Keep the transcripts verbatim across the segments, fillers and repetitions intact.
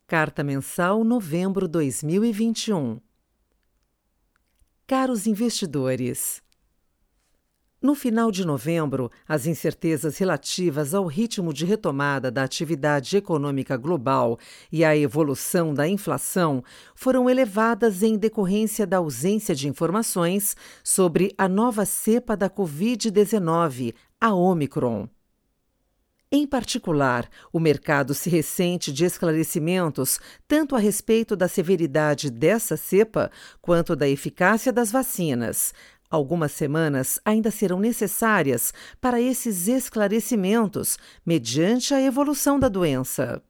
Carta Mensal, novembro dois mil e vinte e um. Caros investidores, no final de novembro, as incertezas relativas ao ritmo de retomada da atividade econômica global e à evolução da inflação foram elevadas em decorrência da ausência de informações sobre a nova cepa da covid dezenove, a Omicron. Em particular, o mercado se ressente de esclarecimentos tanto a respeito da severidade dessa cepa quanto da eficácia das vacinas. Algumas semanas ainda serão necessárias para esses esclarecimentos, mediante a evolução da doença.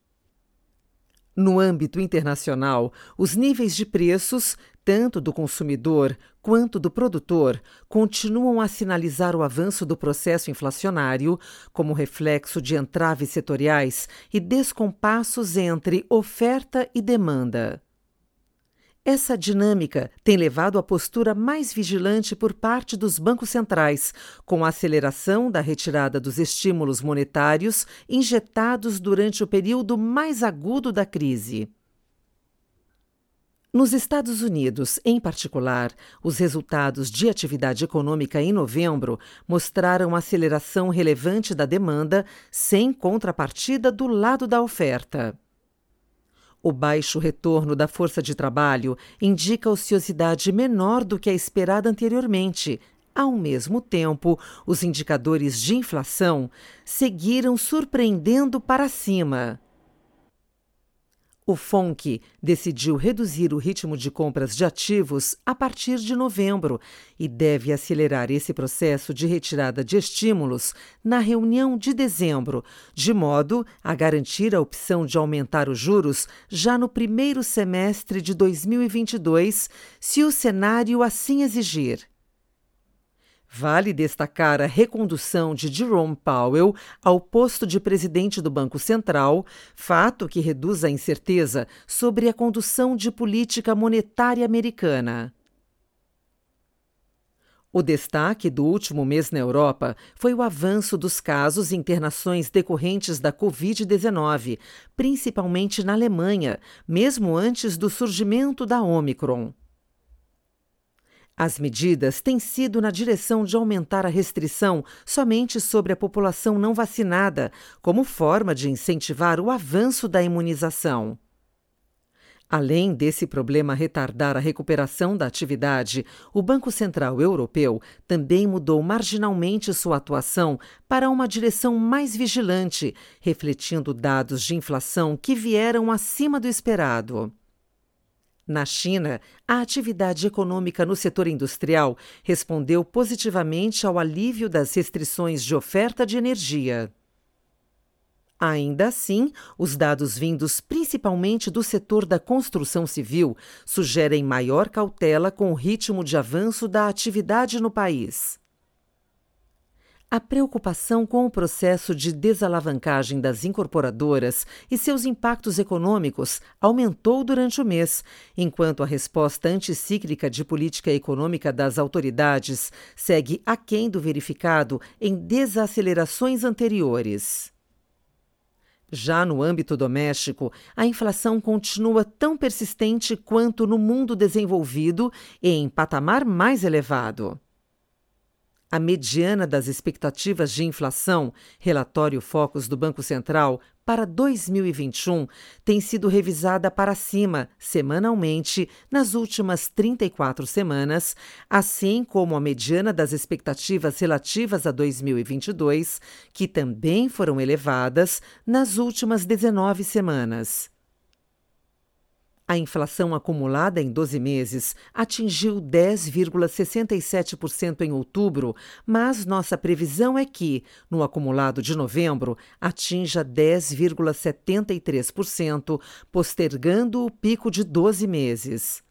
No âmbito internacional, os níveis de preços, tanto do consumidor quanto do produtor, continuam a sinalizar o avanço do processo inflacionário, como reflexo de entraves setoriais e descompassos entre oferta e demanda. Essa dinâmica tem levado à postura mais vigilante por parte dos bancos centrais, com a aceleração da retirada dos estímulos monetários injetados durante o período mais agudo da crise. Nos Estados Unidos, em particular, os resultados de atividade econômica em novembro mostraram aceleração relevante da demanda, sem contrapartida do lado da oferta. O baixo retorno da força de trabalho indica ociosidade menor do que a esperada anteriormente. Ao mesmo tempo, os indicadores de inflação seguiram surpreendendo para cima. O F O N C decidiu reduzir o ritmo de compras de ativos a partir de novembro e deve acelerar esse processo de retirada de estímulos na reunião de dezembro, de modo a garantir a opção de aumentar os juros já no primeiro semestre de dois mil e vinte e dois, se o cenário assim exigir. Vale destacar a recondução de Jerome Powell ao posto de presidente do Banco Central, fato que reduz a incerteza sobre a condução de política monetária americana. O destaque do último mês na Europa foi o avanço dos casos e internações decorrentes da covid dezenove, principalmente na Alemanha, mesmo antes do surgimento da Omicron. As medidas têm sido na direção de aumentar a restrição somente sobre a população não vacinada, como forma de incentivar o avanço da imunização. Além desse problema retardar a recuperação da atividade, o Banco Central Europeu também mudou marginalmente sua atuação para uma direção mais vigilante, refletindo dados de inflação que vieram acima do esperado. Na China, a atividade econômica no setor industrial respondeu positivamente ao alívio das restrições de oferta de energia. Ainda assim, os dados vindos principalmente do setor da construção civil sugerem maior cautela com o ritmo de avanço da atividade no país. A preocupação com o processo de desalavancagem das incorporadoras e seus impactos econômicos aumentou durante o mês, enquanto a resposta anticíclica de política econômica das autoridades segue aquém do verificado em desacelerações anteriores. Já no âmbito doméstico, a inflação continua tão persistente quanto no mundo desenvolvido e em patamar mais elevado. A mediana das expectativas de inflação, relatório Focus do Banco Central, para dois mil e vinte e um, tem sido revisada para cima, semanalmente, nas últimas trinta e quatro semanas, assim como a mediana das expectativas relativas a dois mil e vinte e dois, que também foram elevadas nas últimas dezenove semanas. A inflação acumulada em doze meses atingiu dez vírgula sessenta e sete por cento em outubro, mas nossa previsão é que, no acumulado de novembro, atinja dez vírgula setenta e três por cento, postergando o pico de doze meses.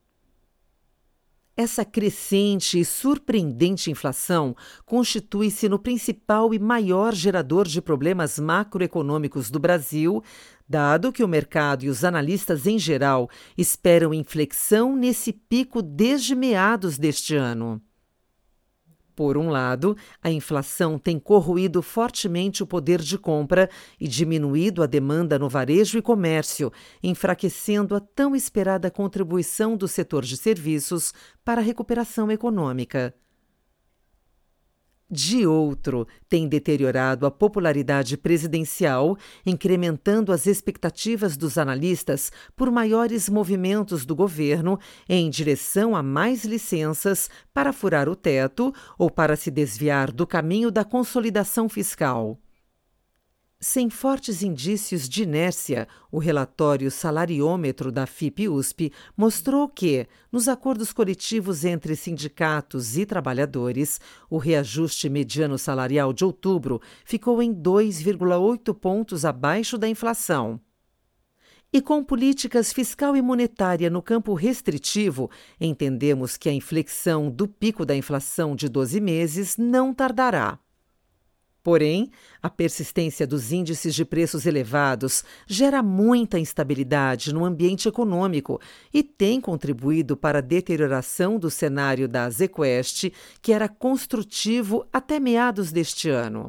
Essa crescente e surpreendente inflação constitui-se no principal e maior gerador de problemas macroeconômicos do Brasil, dado que o mercado e os analistas em geral esperam inflexão nesse pico desde meados deste ano. Por um lado, a inflação tem corroído fortemente o poder de compra e diminuído a demanda no varejo e comércio, enfraquecendo a tão esperada contribuição do setor de serviços para a recuperação econômica. De outro, tem deteriorado a popularidade presidencial, incrementando as expectativas dos analistas por maiores movimentos do governo em direção a mais licenças para furar o teto ou para se desviar do caminho da consolidação fiscal. Sem fortes indícios de inércia, o relatório salariômetro da Fipe-U S P mostrou que, nos acordos coletivos entre sindicatos e trabalhadores, o reajuste mediano salarial de outubro ficou em dois vírgula oito pontos abaixo da inflação. E com políticas fiscal e monetária no campo restritivo, entendemos que a inflexão do pico da inflação de doze meses não tardará. Porém, a persistência dos índices de preços elevados gera muita instabilidade no ambiente econômico e tem contribuído para a deterioração do cenário da Azequest, que era construtivo até meados deste ano.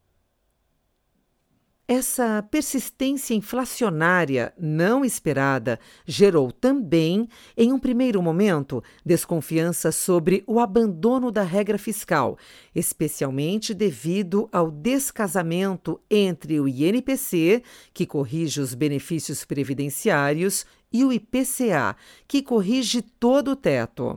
Essa persistência inflacionária não esperada gerou também, em um primeiro momento, desconfiança sobre o abandono da regra fiscal, especialmente devido ao descasamento entre o I N P C, que corrige os benefícios previdenciários, e o I P C A, que corrige todo o teto.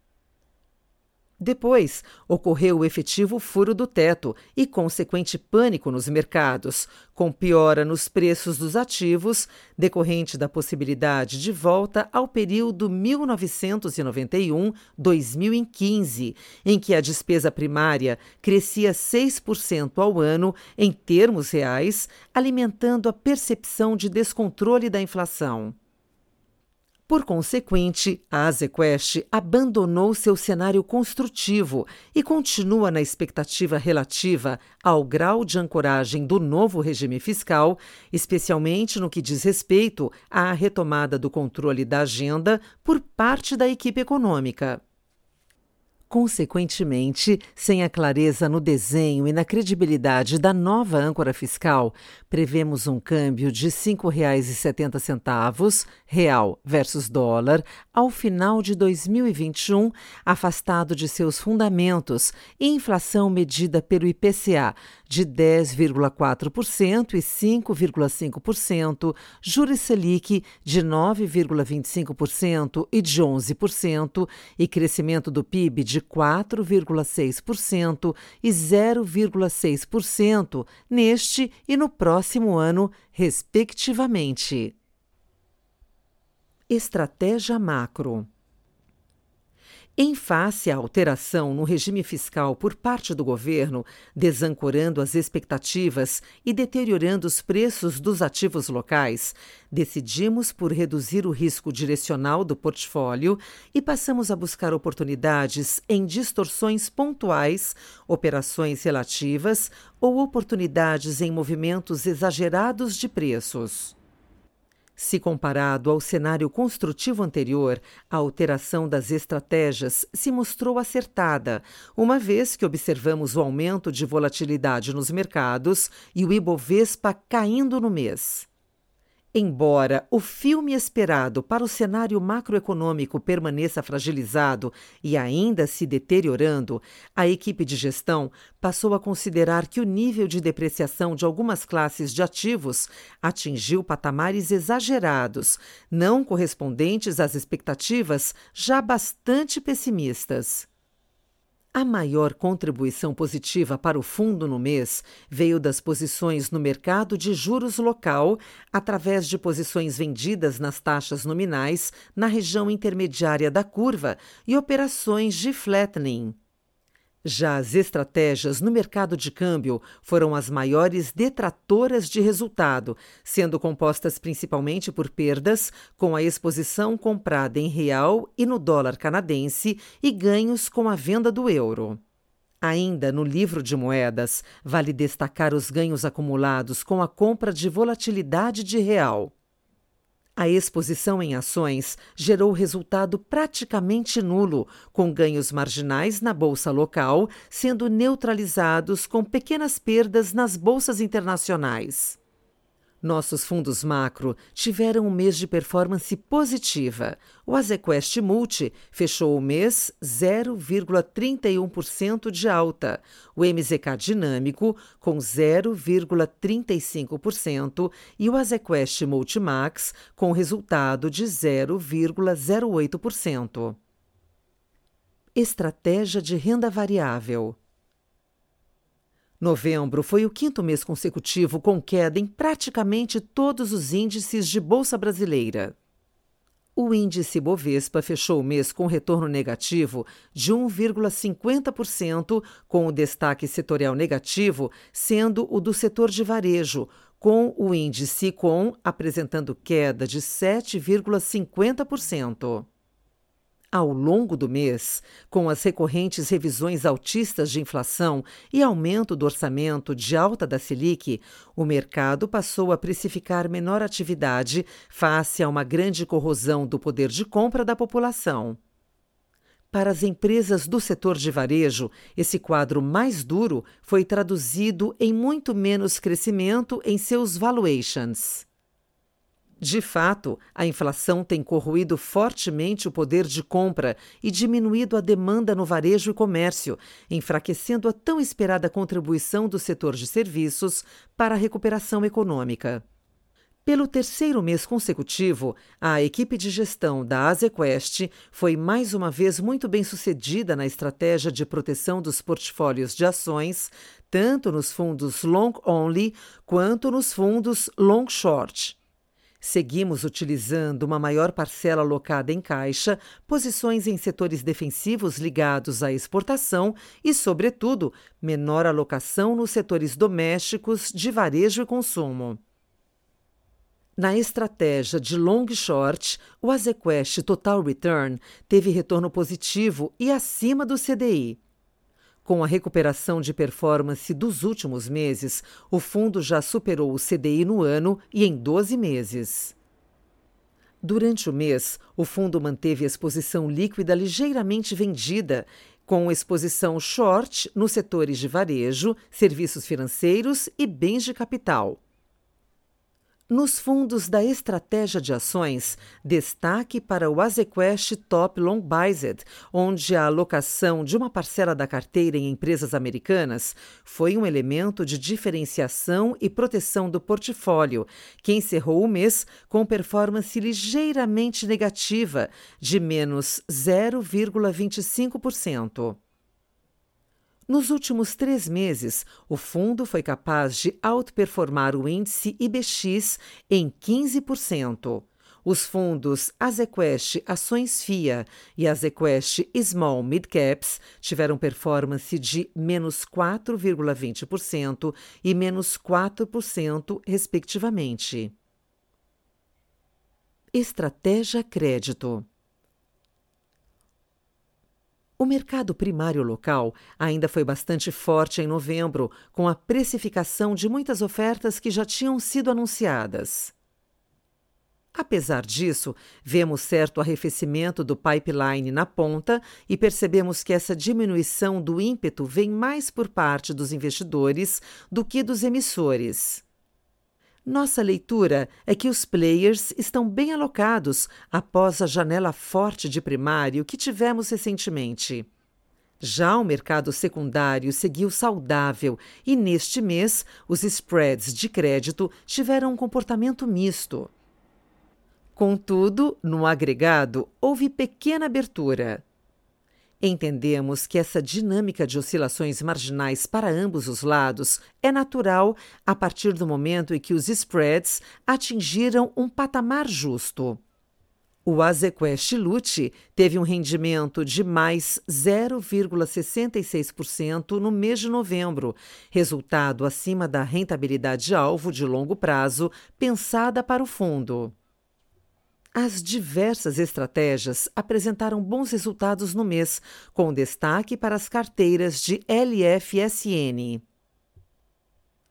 Depois, ocorreu o efetivo furo do teto e consequente pânico nos mercados, com piora nos preços dos ativos, decorrente da possibilidade de volta ao período mil novecentos e noventa e um a dois mil e quinze, em que a despesa primária crescia seis por cento ao ano em termos reais, alimentando a percepção de descontrole da inflação. Por consequente, a Azequest abandonou seu cenário construtivo e continua na expectativa relativa ao grau de ancoragem do novo regime fiscal, especialmente no que diz respeito à retomada do controle da agenda por parte da equipe econômica. Consequentemente, sem a clareza no desenho e na credibilidade da nova âncora fiscal, prevemos um câmbio de cinco reais e setenta centavos, real versus dólar, ao final de dois mil e vinte e um, afastado de seus fundamentos, e inflação medida pelo I P C A de dez vírgula quatro por cento e cinco vírgula cinco por cento, juros Selic de nove vírgula vinte e cinco por cento e de onze por cento, e crescimento do P I B de quatro vírgula seis por cento e zero vírgula seis por cento neste e no próximo ano, respectivamente. Estratégia macro. Em face à alteração no regime fiscal por parte do governo, desancorando as expectativas e deteriorando os preços dos ativos locais, decidimos por reduzir o risco direcional do portfólio e passamos a buscar oportunidades em distorções pontuais, operações relativas ou oportunidades em movimentos exagerados de preços. Se comparado ao cenário construtivo anterior, a alteração das estratégias se mostrou acertada, uma vez que observamos o aumento de volatilidade nos mercados e o Ibovespa caindo no mês. Embora o filme esperado para o cenário macroeconômico permaneça fragilizado e ainda se deteriorando, a equipe de gestão passou a considerar que o nível de depreciação de algumas classes de ativos atingiu patamares exagerados, não correspondentes às expectativas já bastante pessimistas. A maior contribuição positiva para o fundo no mês veio das posições no mercado de juros local, através de posições vendidas nas taxas nominais na região intermediária da curva e operações de flattening. Já as estratégias no mercado de câmbio foram as maiores detratoras de resultado, sendo compostas principalmente por perdas com a exposição comprada em real e no dólar canadense e ganhos com a venda do euro. Ainda no livro de moedas, vale destacar os ganhos acumulados com a compra de volatilidade de real. A exposição em ações gerou resultado praticamente nulo, com ganhos marginais na bolsa local sendo neutralizados com pequenas perdas nas bolsas internacionais. Nossos fundos macro tiveram um mês de performance positiva. O Azequest Multi fechou o mês zero vírgula trinta e um por cento de alta, o M Z K Dinâmico com zero vírgula trinta e cinco por cento e o Azequest Multimax com resultado de zero vírgula zero oito por cento. Estratégia de renda variável. Novembro foi o quinto mês consecutivo com queda em praticamente todos os índices de bolsa brasileira. O índice Bovespa fechou o mês com retorno negativo de um vírgula cinquenta por cento, com o destaque setorial negativo sendo o do setor de varejo, com o índice Com apresentando queda de sete vírgula cinquenta por cento. Ao longo do mês, com as recorrentes revisões altistas de inflação e aumento do orçamento de alta da Selic, o mercado passou a precificar menor atividade face a uma grande corrosão do poder de compra da população. Para as empresas do setor de varejo, esse quadro mais duro foi traduzido em muito menos crescimento em seus valuations. De fato, a inflação tem corroído fortemente o poder de compra e diminuído a demanda no varejo e comércio, enfraquecendo a tão esperada contribuição do setor de serviços para a recuperação econômica. Pelo terceiro mês consecutivo, a equipe de gestão da Azequest foi mais uma vez muito bem sucedida na estratégia de proteção dos portfólios de ações, tanto nos fundos long only quanto nos fundos long short. Seguimos utilizando uma maior parcela alocada em caixa, posições em setores defensivos ligados à exportação e, sobretudo, menor alocação nos setores domésticos de varejo e consumo. Na estratégia de long short, o Azequest Total Return teve retorno positivo e acima do C D I. Com a recuperação de performance dos últimos meses, o fundo já superou o C D I no ano e em doze meses. Durante o mês, o fundo manteve a exposição líquida ligeiramente vendida, com exposição short nos setores de varejo, serviços financeiros e bens de capital. Nos fundos da estratégia de ações, destaque para o Azequest Top Long Biased, onde a alocação de uma parcela da carteira em empresas americanas foi um elemento de diferenciação e proteção do portfólio, que encerrou o mês com performance ligeiramente negativa, de menos zero vírgula vinte e cinco por cento. Nos últimos três meses, o fundo foi capaz de outperformar o índice I B X em quinze por cento. Os fundos Azequest Ações F I A e Azequest Small Mid Caps tiveram performance de menos quatro vírgula vinte por cento e menos quatro por cento, respectivamente. Estratégia Crédito. O mercado primário local ainda foi bastante forte em novembro, com a precificação de muitas ofertas que já tinham sido anunciadas. Apesar disso, vemos certo arrefecimento do pipeline na ponta e percebemos que essa diminuição do ímpeto vem mais por parte dos investidores do que dos emissores. Nossa leitura é que os players estão bem alocados após a janela forte de primário que tivemos recentemente. Já o mercado secundário seguiu saudável e, neste mês, os spreads de crédito tiveram um comportamento misto. Contudo, no agregado, houve pequena abertura. Entendemos que essa dinâmica de oscilações marginais para ambos os lados é natural a partir do momento em que os spreads atingiram um patamar justo. O Azequest Lute teve um rendimento de mais zero vírgula sessenta e seis por cento no mês de novembro, resultado acima da rentabilidade-alvo de longo prazo pensada para o fundo. As diversas estratégias apresentaram bons resultados no mês, com destaque para as carteiras de L F S N.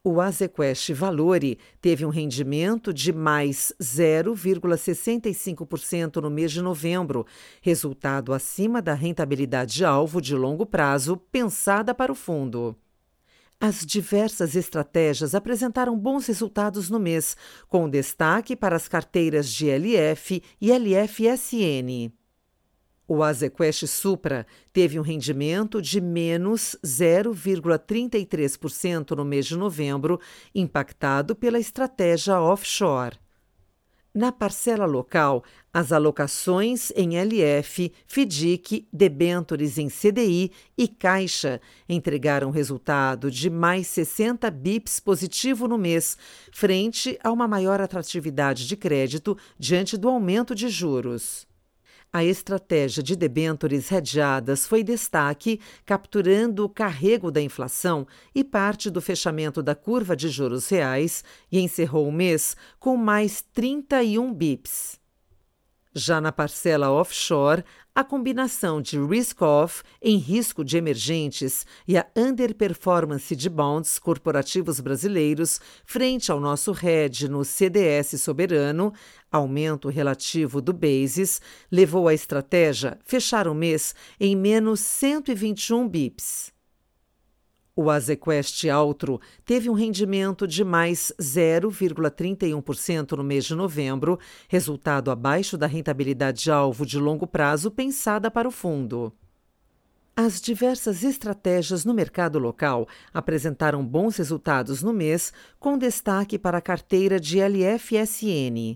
O Azequest Valore teve um rendimento de mais zero vírgula sessenta e cinco por cento no mês de novembro, resultado acima da rentabilidade-alvo de longo prazo pensada para o fundo. As diversas estratégias apresentaram bons resultados no mês, com destaque para as carteiras de L F e L F S N. O Azequest Supra teve um rendimento de menos zero vírgula trinta e três por cento no mês de novembro, impactado pela estratégia offshore. Na parcela local, as alocações em L F, FDIC, debêntures em C D I e Caixa entregaram resultado de mais sessenta bips positivo no mês, frente a uma maior atratividade de crédito diante do aumento de juros. A estratégia de debêntures hedgeadas foi destaque, capturando o carrego da inflação e parte do fechamento da curva de juros reais, e encerrou o mês com mais trinta e um bips. Já na parcela offshore, a combinação de risk-off em risco de emergentes e a underperformance de bonds corporativos brasileiros frente ao nosso hedge no C D S soberano, aumento relativo do basis, levou a estratégia a fechar o mês em menos cento e vinte e um bips. O Azequest Altro teve um rendimento de mais zero vírgula trinta e um por cento no mês de novembro, resultado abaixo da rentabilidade-alvo de longo prazo pensada para o fundo. As diversas estratégias no mercado local apresentaram bons resultados no mês, com destaque para a carteira de L F S N.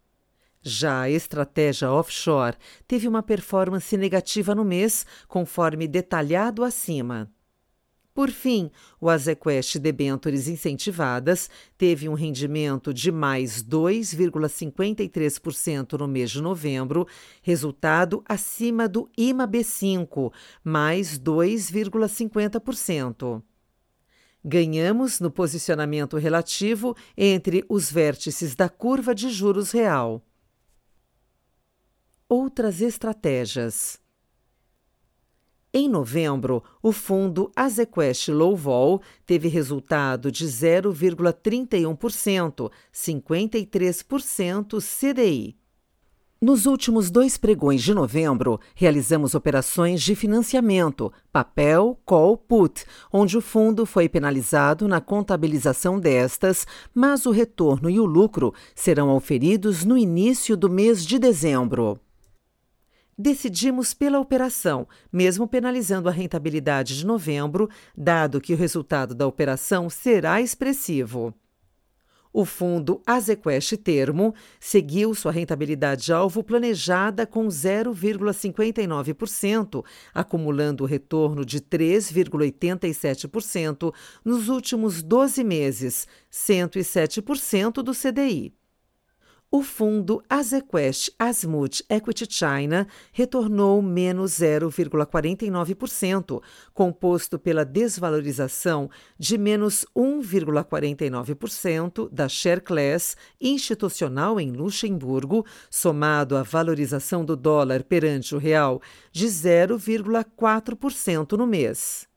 Já a estratégia offshore teve uma performance negativa no mês, conforme detalhado acima. Por fim, o Azequest Debêntures Incentivadas teve um rendimento de mais dois vírgula cinquenta e três por cento no mês de novembro, resultado acima do I M A B cinco, mais dois vírgula cinquenta por cento. Ganhamos no posicionamento relativo entre os vértices da curva de juros real. Outras estratégias. Em novembro, o fundo Azequest Low Vol teve resultado de zero vírgula trinta e um por cento, cinquenta e três por cento C D I. Nos últimos dois pregões de novembro, realizamos operações de financiamento, papel, call, put, onde o fundo foi penalizado na contabilização destas, mas o retorno e o lucro serão auferidos no início do mês de dezembro. Decidimos pela operação, mesmo penalizando a rentabilidade de novembro, dado que o resultado da operação será expressivo. O fundo Azequest Termo seguiu sua rentabilidade-alvo planejada com zero vírgula cinquenta e nove por cento, acumulando o retorno de três vírgula oitenta e sete por cento nos últimos doze meses, cento e sete por cento do C D I. O fundo Azequest Azimuth Equity China retornou menos zero vírgula quarenta e nove por cento, composto pela desvalorização de menos um vírgula quarenta e nove por cento da share class institucional em Luxemburgo, somado à valorização do dólar perante o real de zero vírgula quatro por cento no mês.